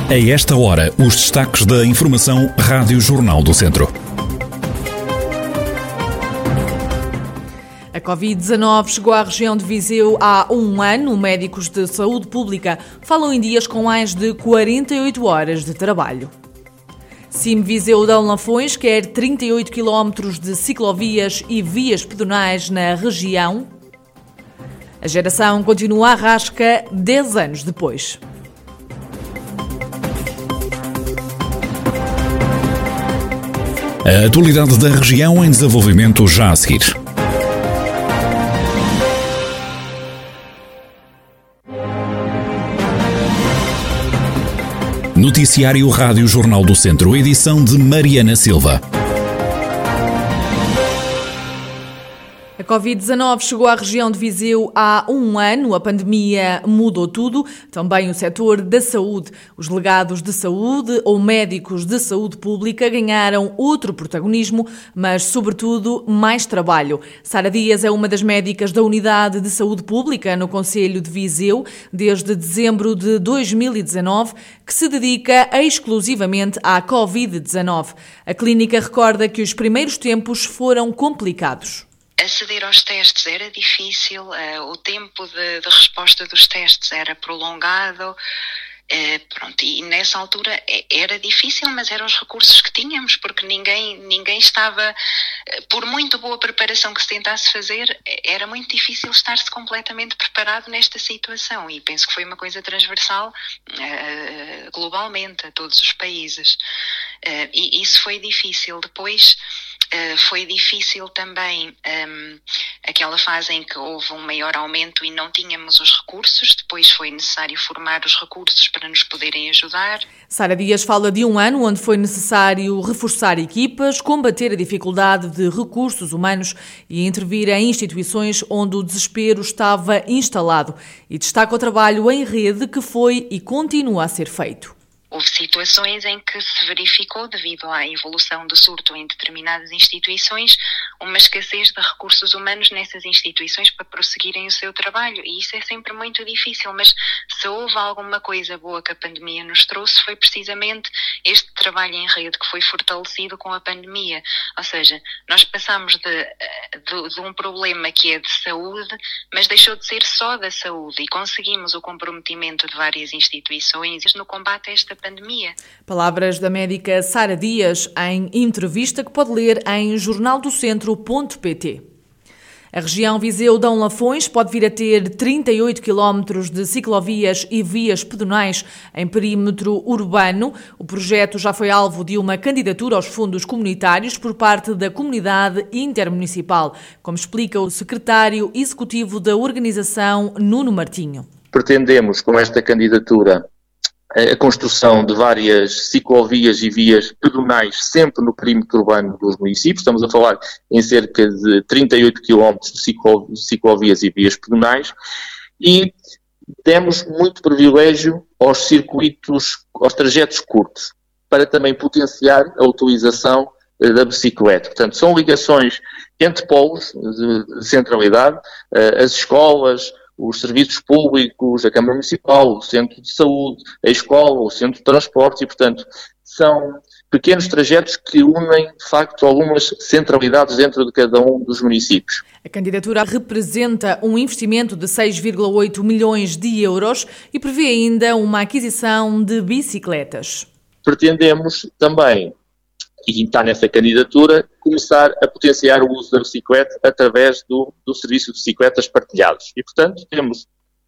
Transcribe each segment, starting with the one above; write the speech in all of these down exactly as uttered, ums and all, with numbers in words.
A esta hora, os destaques da Informação Rádio Jornal do Centro. A covid dezanove chegou à região de Viseu há um ano. Médicos de saúde pública falam em dias com mais de quarenta e oito horas de trabalho. Cime Viseu Dão Lafões quer trinta e oito quilómetros de ciclovias e vias pedonais na região. A geração continua à rasca dez anos depois. A atualidade da região em desenvolvimento já a seguir. Noticiário Rádio Jornal do Centro, edição de Mariana Silva. A covid dezanove chegou à região de Viseu há um ano. A pandemia mudou tudo, também o setor da saúde. Os delegados de saúde ou médicos de saúde pública ganharam outro protagonismo, mas, sobretudo, mais trabalho. Sara Dias é uma das médicas da Unidade de Saúde Pública no Concelho de Viseu, desde dezembro de dois mil e dezanove, que se dedica exclusivamente à covid dezanove. A clínica recorda que os primeiros tempos foram complicados. Aceder aos testes era difícil, uh, o tempo de, de resposta dos testes era prolongado, uh, pronto, e nessa altura era difícil, mas eram os recursos que tínhamos, porque ninguém, ninguém estava, uh, por muito boa preparação que se tentasse fazer, era muito difícil estar-se completamente preparado nesta situação, e penso que foi uma coisa transversal uh, globalmente a todos os países, uh, e isso foi difícil. Depois, Uh, foi difícil também um, aquela fase em que houve um maior aumento e não tínhamos os recursos. Depois foi necessário formar os recursos para nos poderem ajudar. Sara Dias fala de um ano onde foi necessário reforçar equipas, combater a dificuldade de recursos humanos e intervir em instituições onde o desespero estava instalado. E destaca o trabalho em rede que foi e continua a ser feito. Houve situações em que se verificou, devido à evolução do surto em determinadas instituições, uma escassez de recursos humanos nessas instituições para prosseguirem o seu trabalho. E isso é sempre muito difícil, mas se houve alguma coisa boa que a pandemia nos trouxe, foi precisamente este trabalho em rede que foi fortalecido com a pandemia. Ou seja, nós passamos de, de, de um problema que é de saúde, mas deixou de ser só da saúde, e conseguimos o comprometimento de várias instituições no combate a esta pandemia. Palavras da médica Sara Dias em entrevista que pode ler em jornal do centro ponto pt. A região Viseu Dão Lafões pode vir a ter trinta e oito quilómetros de ciclovias e vias pedonais em perímetro urbano. O projeto já foi alvo de uma candidatura aos fundos comunitários por parte da comunidade intermunicipal, como explica o secretário executivo da organização, Nuno Martinho. Pretendemos, com esta candidatura, a construção de várias ciclovias e vias pedonais sempre no perímetro urbano dos municípios. Estamos a falar em cerca de trinta e oito quilómetros de ciclo, ciclovias e vias pedonais, e demos muito privilégio aos circuitos, aos trajetos curtos, para também potenciar a utilização da bicicleta. Portanto, são ligações entre polos de centralidade, as escolas, os serviços públicos, a Câmara Municipal, o Centro de Saúde, a escola, o Centro de Transportes, e, portanto, são pequenos trajetos que unem, de facto, algumas centralidades dentro de cada um dos municípios. A candidatura representa um investimento de seis vírgula oito milhões de euros e prevê ainda uma aquisição de bicicletas. Pretendemos também, e está nessa candidatura, começar a potenciar o uso da bicicleta através do, do serviço de bicicletas partilhados. E, portanto, temos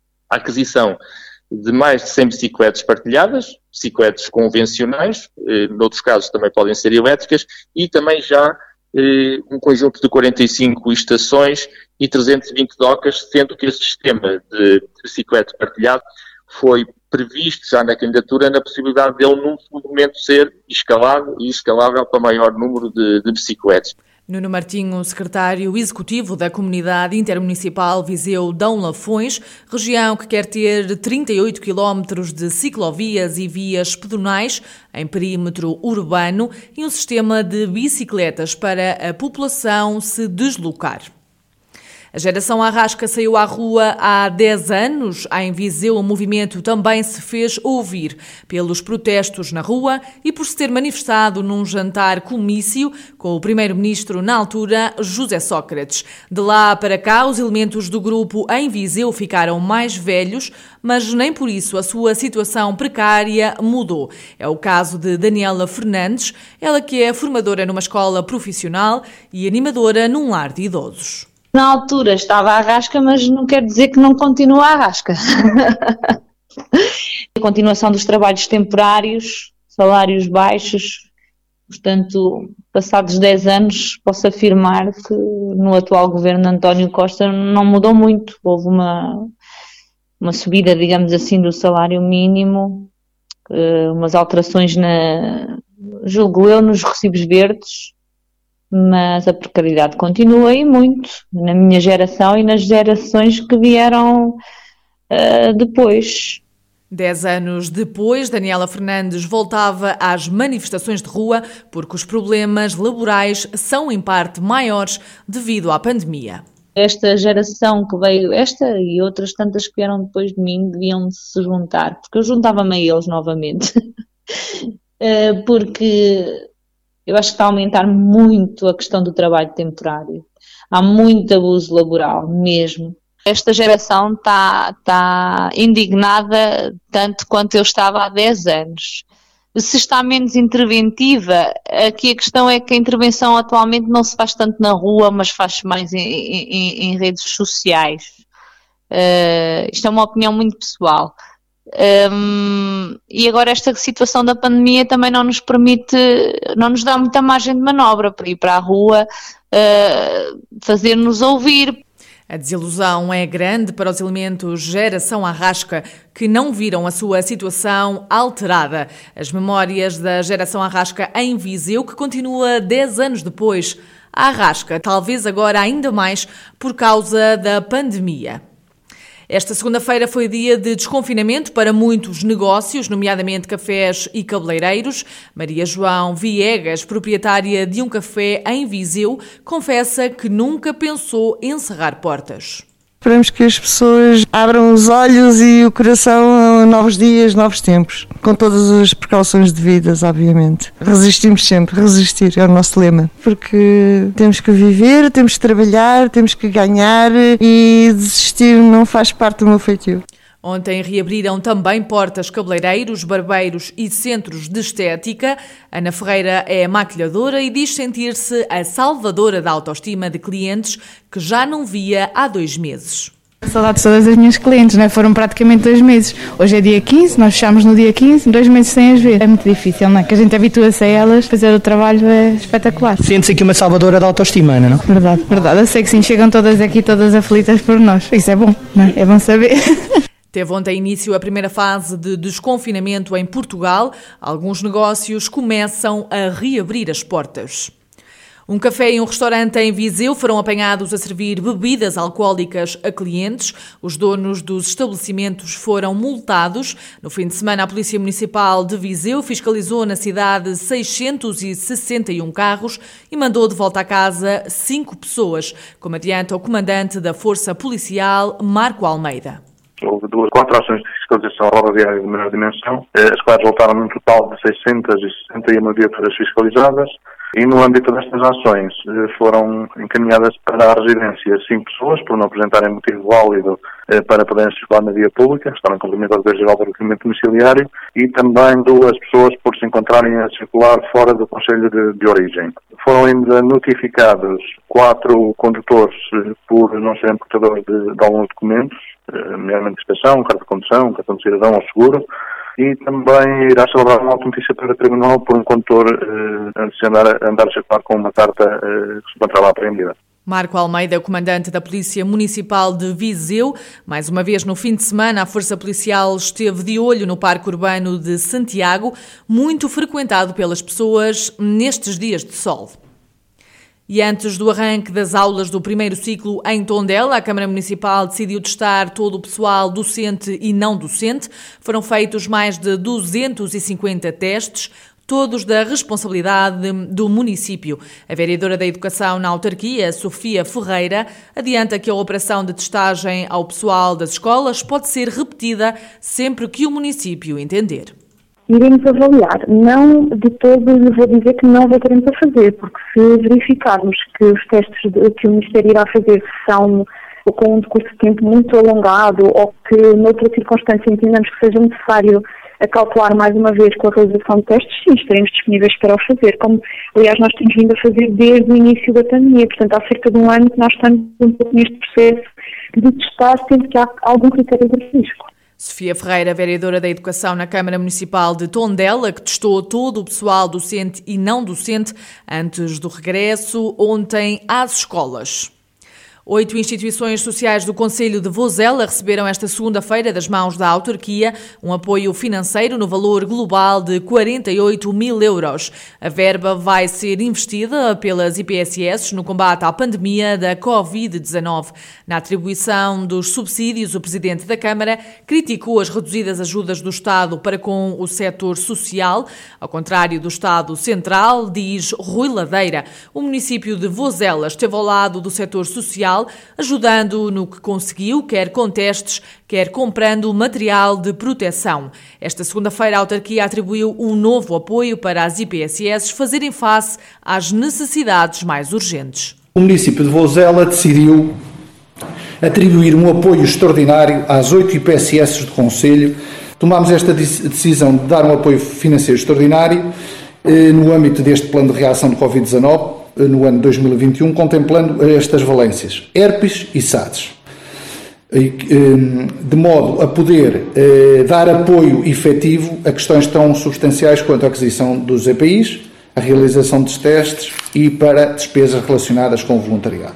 a aquisição de mais de cem bicicletas partilhadas, bicicletas convencionais, eh, noutros casos também podem ser elétricas, e também já eh, um conjunto de quarenta e cinco estações e trezentas e vinte docas, sendo que esse sistema de bicicleta partilhado foi previsto já na candidatura, na possibilidade dele num segundo momento ser escalado e escalável para maior número de, de bicicletas. Nuno Martinho, secretário executivo da Comunidade Intermunicipal Viseu Dão Lafões, região que quer ter trinta e oito quilómetros de ciclovias e vias pedonais em perímetro urbano e um sistema de bicicletas para a população se deslocar. A geração Arrasca saiu à rua há dez anos. Em Viseu, o movimento também se fez ouvir pelos protestos na rua e por se ter manifestado num jantar-comício com o primeiro-ministro na altura, José Sócrates. De lá para cá, os elementos do grupo em Viseu ficaram mais velhos, mas nem por isso a sua situação precária mudou. É o caso de Daniela Fernandes, ela que é formadora numa escola profissional e animadora num lar de idosos. Na altura estava à rasca, mas não quer dizer que não continua à rasca. A continuação dos trabalhos temporários, salários baixos, portanto, passados dez anos, posso afirmar que no atual governo de António Costa não mudou muito. Houve uma, uma subida, digamos assim, do salário mínimo, umas alterações, na, julgo eu, nos recibos verdes, mas a precariedade continua e muito, na minha geração e nas gerações que vieram uh, depois. Dez anos depois, Daniela Fernandes voltava às manifestações de rua porque os problemas laborais são em parte maiores devido à pandemia. Esta geração que veio, esta e outras tantas que vieram depois de mim, deviam se juntar, porque eu juntava-me a eles novamente, uh, porque... eu acho que está a aumentar muito a questão do trabalho temporário. Há muito abuso laboral, mesmo. Esta geração está, está indignada tanto quanto eu estava há dez anos. Se está menos interventiva, aqui a questão é que a intervenção atualmente não se faz tanto na rua, mas faz mais em, em, em redes sociais. Uh, isto é uma opinião muito pessoal. Um, e agora esta situação da pandemia também não nos permite, não nos dá muita margem de manobra para ir para a rua, uh, fazer-nos ouvir. A desilusão é grande para os elementos geração Arrasca que não viram a sua situação alterada. As memórias da geração Arrasca em Viseu, que continua dez anos depois, a Arrasca, talvez agora ainda mais por causa da pandemia. Esta segunda-feira foi dia de desconfinamento para muitos negócios, nomeadamente cafés e cabeleireiros. Maria João Viegas, proprietária de um café em Viseu, confessa que nunca pensou em encerrar portas. Esperamos que as pessoas abram os olhos e o coração a novos dias, novos tempos, com todas as precauções devidas, obviamente. Resistimos sempre, resistir é o nosso lema, porque temos que viver, temos que trabalhar, temos que ganhar e desistir não faz parte do meu feitio. Ontem reabriram também portas cabeleireiros, barbeiros e centros de estética. Ana Ferreira é maquilhadora e diz sentir-se a salvadora da autoestima de clientes que já não via há dois meses. Saudades todas das minhas clientes, né? Foram praticamente dois meses. Hoje é dia quinze, nós fechamos no dia quinze, dois meses sem as ver. É muito difícil, não é? Que a gente habitua-se a elas, fazer o trabalho é espetacular. Sente-se aqui uma salvadora da autoestima, não é? Verdade, verdade. Eu sei que sim, chegam todas aqui, todas aflitas por nós. Isso é bom, não é? É bom saber. Teve ontem início a primeira fase de desconfinamento em Portugal. Alguns negócios começam a reabrir as portas. Um café e um restaurante em Viseu foram apanhados a servir bebidas alcoólicas a clientes. Os donos dos estabelecimentos foram multados. No fim de semana, a Polícia Municipal de Viseu fiscalizou na cidade seiscentos e sessenta e um carros e mandou de volta a casa cinco pessoas, como adianta o comandante da Força Policial, Marco Almeida. Houve duas, quatro ações de fiscalização rodoviária de menor dimensão, as quais voltaram num total de seiscentas e sessenta e uma viaturas fiscalizadas e no âmbito destas ações foram encaminhadas para a residência cinco pessoas por não apresentarem motivo válido para poderem circular na via pública, estão em cumprimento ao dever geral do recolhimento domiciliário, e também duas pessoas por se encontrarem a circular fora do concelho de, de origem. Foram ainda notificados quatro condutores por não serem portadores de, de alguns documentos, nomeadamente de inspeção, carta de condução, cartão de cidadão ou seguro, e também irá celebrar uma auto-notícia para o tribunal por um condutor eh, se andar, andar a circular com uma carta eh, que se encontrava apreendida. Marco Almeida, comandante da Polícia Municipal de Viseu. Mais uma vez, no fim de semana, a Força Policial esteve de olho no Parque Urbano de Santiago, muito frequentado pelas pessoas nestes dias de sol. E antes do arranque das aulas do primeiro ciclo em Tondela, a Câmara Municipal decidiu testar todo o pessoal docente e não docente. Foram feitos mais de duzentos e cinquenta testes. todos da responsabilidade do município. A vereadora da Educação na autarquia, Sofia Ferreira, adianta que a operação de testagem ao pessoal das escolas pode ser repetida sempre que o município entender. Iremos avaliar. Não de todo lhe vou dizer que não voltaremos a fazer, porque se verificarmos que os testes que o Ministério irá fazer são com um decurso de tempo muito alongado ou que, noutra circunstância, entendamos que seja necessário acautelar mais uma vez com a realização de testes, sim, estaremos disponíveis para o fazer, como, aliás, nós temos vindo a fazer desde o início da pandemia. Portanto, há cerca de um ano que nós estamos um pouco neste processo de testar sempre que há algum critério de risco. Sofia Ferreira, vereadora da Educação na Câmara Municipal de Tondela, que testou todo o pessoal docente e não docente antes do regresso ontem às escolas. Oito instituições sociais do Concelho de Vozela receberam esta segunda-feira das mãos da autarquia um apoio financeiro no valor global de quarenta e oito mil euros. A verba vai ser investida pelas I P S S no combate à pandemia da covid dezanove. Na atribuição dos subsídios, o presidente da Câmara criticou as reduzidas ajudas do Estado para com o setor social. Ao contrário do Estado Central, diz Rui Ladeira, o município de Vozela esteve ao lado do setor social, ajudando no que conseguiu, quer com testes, quer comprando material de proteção. Esta segunda-feira, a autarquia atribuiu um novo apoio para as I P S S fazerem face às necessidades mais urgentes. O município de Vozela decidiu atribuir um apoio extraordinário às oito I P S S do Concelho. Tomámos esta decisão de dar um apoio financeiro extraordinário eh, no âmbito deste plano de reação de covid dezanove, no ano dois mil e vinte e um, contemplando estas valências, herpes e SADS, de modo a poder dar apoio efetivo a questões tão substanciais quanto a aquisição dos E P Is, a realização dos testes e para despesas relacionadas com o voluntariado.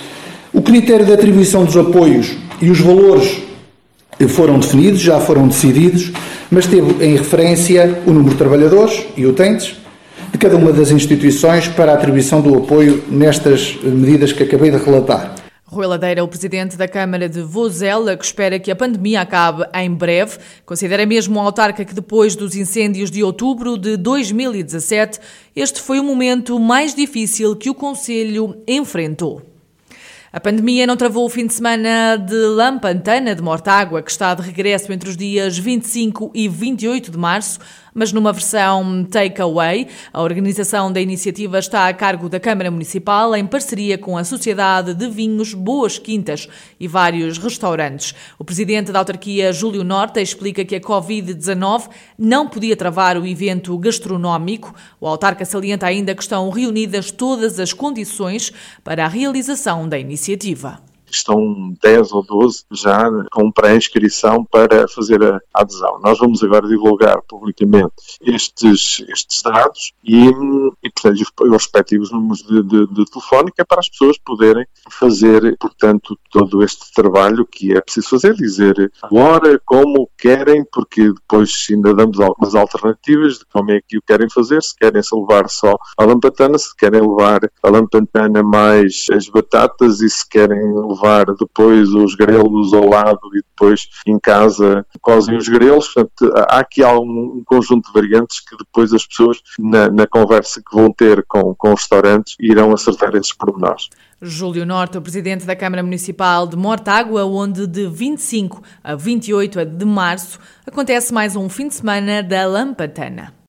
O critério de atribuição dos apoios e os valores foram definidos, já foram decididos, mas teve em referência o número de trabalhadores e utentes de cada uma das instituições para a atribuição do apoio nestas medidas que acabei de relatar. Rui Ladeira, o presidente da Câmara de Vozela, que espera que a pandemia acabe em breve, considera mesmo a autarca que depois dos incêndios de outubro de dois mil e dezassete, este foi o momento mais difícil que o Concelho enfrentou. A pandemia não travou o fim de semana de Lampantana de Mortágua, que está de regresso entre os dias vinte e cinco e vinte e oito de março, mas numa versão take-away. A organização da iniciativa está a cargo da Câmara Municipal, em parceria com a Sociedade de Vinhos Boas Quintas e vários restaurantes. O presidente da autarquia, Júlio Norte, explica que a covid dezanove não podia travar o evento gastronómico. O autarca salienta ainda que estão reunidas todas as condições para a realização da iniciativa. Estão dez ou doze já com pré-inscrição para fazer a adesão. Nós vamos agora divulgar publicamente estes, estes dados e, e portanto, os respectivos números de, de, de telefone, que é para as pessoas poderem fazer, portanto, todo este trabalho que é preciso fazer, dizer a hora, como querem, porque depois ainda damos algumas alternativas de como é que o querem fazer, se querem se levar só a lampantana, se querem levar a lampantana mais as batatas e se querem levar levar depois os grelos ao lado e depois em casa cozem os grelos. Portanto, há aqui um conjunto de variantes que depois as pessoas, na, na conversa que vão ter com, com os restaurantes, irão acertar esses pormenores. Júlio Norte, o presidente da Câmara Municipal de Mortágua, onde de vinte e cinco a vinte e oito de março acontece mais um fim de semana da Lampantana.